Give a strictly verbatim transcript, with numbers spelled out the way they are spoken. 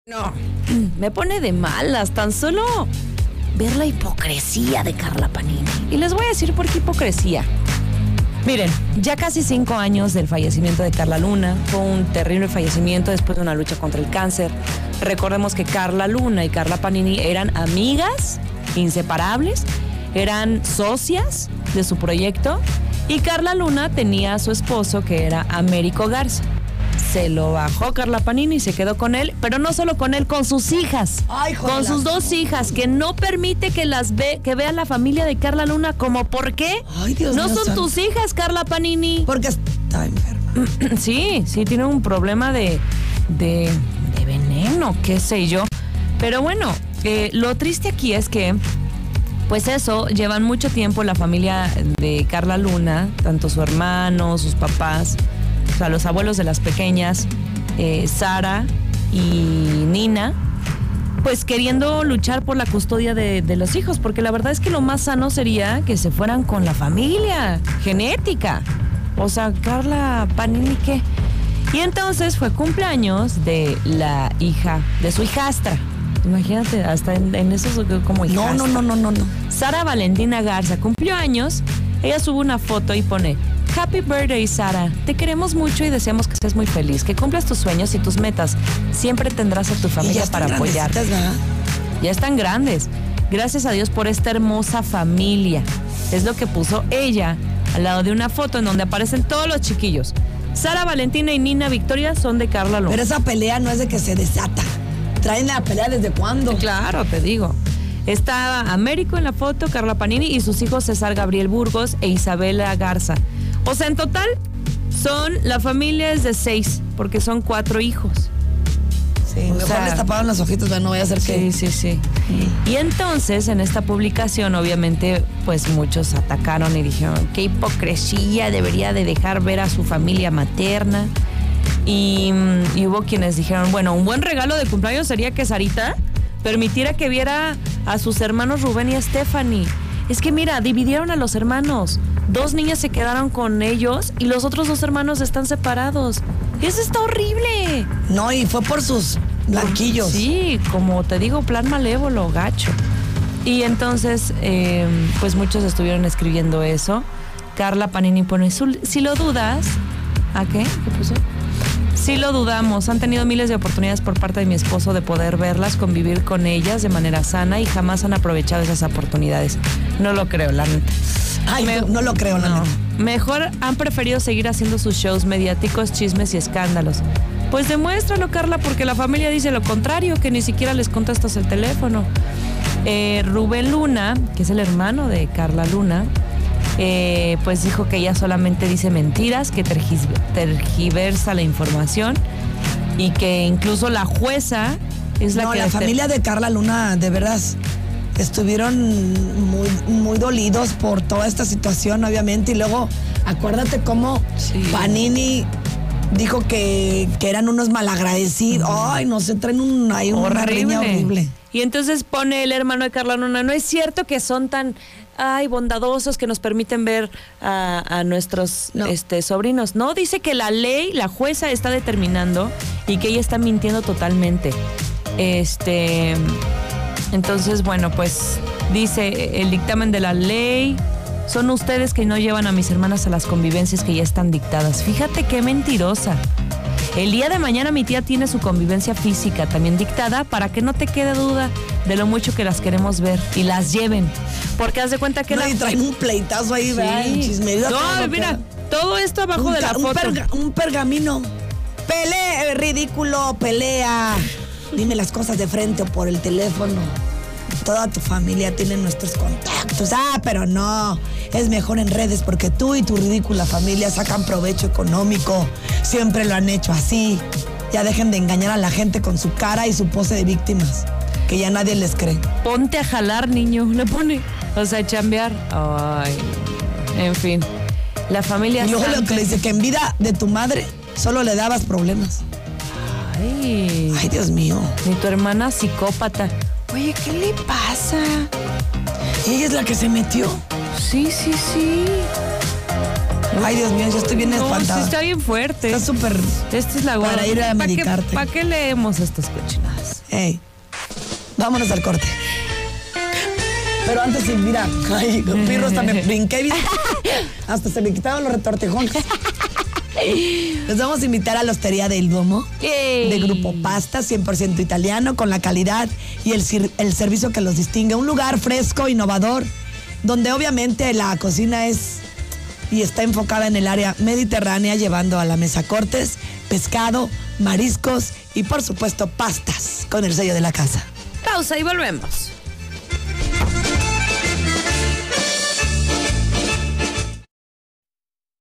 No, me pone de malas tan solo ver la hipocresía de Carla Panini. Y les voy a decir por qué hipocresía. Miren, ya casi cinco años del fallecimiento de Carla Luna. Fue un terrible fallecimiento después de una lucha contra el cáncer. Recordemos que Carla Luna y Carla Panini eran amigas inseparables, eran socias de su proyecto, y Carla Luna tenía a su esposo, que era Américo Garza. Se lo bajó Carla Panini y se quedó con él, pero no solo con él, con sus hijas. Ay, con sus dos hijas, que no permite que las ve, que vean la familia de Carla Luna. ¿Cómo por qué? Ay, Dios no mío, son santo. tus hijas, Carla Panini. Porque está enferma. Sí, sí, tiene un problema de, de, de veneno, qué sé yo. Pero bueno, eh, lo triste aquí es que, pues eso, llevan mucho tiempo la familia de Carla Luna, tanto su hermano, sus papás, o sea, los abuelos de las pequeñas, eh, Sara y Nina, pues queriendo luchar por la custodia de, de los hijos, porque la verdad es que lo más sano sería que se fueran con la familia genética. O sea, Carla Panini, ¿qué? Y entonces fue cumpleaños de la hija, de su hijastra. Imagínate, hasta en, en eso como hijastra. No, no, no, no, no, no. Sara Valentina Garza cumplió años. Ella sube una foto y pone: Happy birthday, Sara. Te queremos mucho y deseamos que estés muy feliz, que cumplas tus sueños y tus metas. Siempre tendrás a tu familia para apoyarte. Ya están grandes. Gracias a Dios por esta hermosa familia. Es lo que puso ella al lado de una foto en donde aparecen todos los chiquillos. Sara, Valentina y Nina Victoria son de Carla Luna. Pero esa pelea no es de que se desata. Traen la pelea desde cuándo. Claro, te digo. Está Américo en la foto, Carla Panini y sus hijos César Gabriel Burgos e Isabela Garza. O sea, en total son, la familia es de seis, porque son cuatro hijos. Sí, o mejor sea, les taparon los ojitos, no vaya a ser que... Sí, sí, sí. Mm. Y entonces, en esta publicación, obviamente, pues muchos atacaron y dijeron, qué hipocresía, debería de dejar ver a su familia materna. Y, y hubo quienes dijeron, bueno, un buen regalo de cumpleaños sería que Sarita permitiera que viera a sus hermanos Rubén y Stephanie. Es que mira, dividieron a los hermanos. Dos niñas se quedaron con ellos y los otros dos hermanos están separados. Eso está horrible. No, y fue por sus blanquillos. Sí, como te digo, plan malévolo, gacho. Y entonces, eh, pues muchos estuvieron escribiendo eso. Carla Panini pone, si lo dudas... ¿A qué? ¿Qué puso? Sí lo dudamos, han tenido miles de oportunidades por parte de mi esposo de poder verlas, convivir con ellas de manera sana y jamás han aprovechado esas oportunidades. No lo creo, la neta. Ay, Me, no, no lo creo, la no. neta. Mejor han preferido seguir haciendo sus shows mediáticos, chismes y escándalos. Pues demuéstralo, Carla, porque la familia dice lo contrario, que ni siquiera les contestas el teléfono. Eh, Rubén Luna, que es el hermano de Carla Luna, Eh, pues dijo que ella solamente dice mentiras, que tergis, tergiversa la información y que incluso la jueza es la no, que... No, la familia de Carla Luna, de verdad, estuvieron muy, muy dolidos por toda esta situación, obviamente, y luego, acuérdate cómo sí. Panini dijo que, que eran unos malagradecidos. Mm. Ay, no se traen un, hay una riña horrible. Y entonces pone el hermano de Carla Luna, no es cierto que son tan... ay, bondadosos que nos permiten ver a, a nuestros no. este, sobrinos. No, dice que la ley, la jueza está determinando y que ella está mintiendo totalmente. Este, entonces, bueno, pues dice el dictamen de la ley, son ustedes que no llevan a mis hermanas a las convivencias que ya están dictadas. Fíjate qué mentirosa. El día de mañana mi tía tiene su convivencia física también dictada para que no te quede duda de lo mucho que las queremos ver y las lleven. Porque haz de cuenta que... No, la... y traen un pleitazo ahí, sí. ¿verdad? Chismería. No, mira, que... todo esto abajo un, de la un foto. Perga, un pergamino. Pelea, ridículo, pelea. Dime las cosas de frente o por el teléfono. Toda tu familia tiene nuestros contactos. Ah, pero no. Es mejor en redes porque tú y tu ridícula familia sacan provecho económico. Siempre lo han hecho así. Ya dejen de engañar a la gente con su cara y su pose de víctimas. Que ya nadie les cree. Ponte a jalar, niño. Le pone. O sea, a chambear. Ay. En fin. La familia... Y luego santa. Lo que le dice, que en vida de tu madre solo le dabas problemas. Ay. Ay, Dios mío. Ni tu hermana psicópata. Oye, ¿qué le pasa? Ella es la que se metió. Sí, sí, sí. Ay, Dios mío, yo estoy bien No, espantada. sí está bien fuerte. Está súper... Esta es la guarda. Para ir a ¿Para qué, medicarte. ¿Para qué leemos estas cochinadas? Ey, vámonos al corte. Pero antes, sí, mira, ay, pirro, hasta me brinqué, ¿viste? Hasta se me quitaron los retortejones. Les vamos a invitar a la Hostería del Duomo, Ey. de Grupo Pasta, cien por ciento italiano, con la calidad y el, sir- el servicio que los distingue. Un lugar fresco, innovador, donde obviamente la cocina es y está enfocada en el área mediterránea, llevando a la mesa cortes, pescado, mariscos y por supuesto pastas, con el sello de la casa. Pausa y volvemos.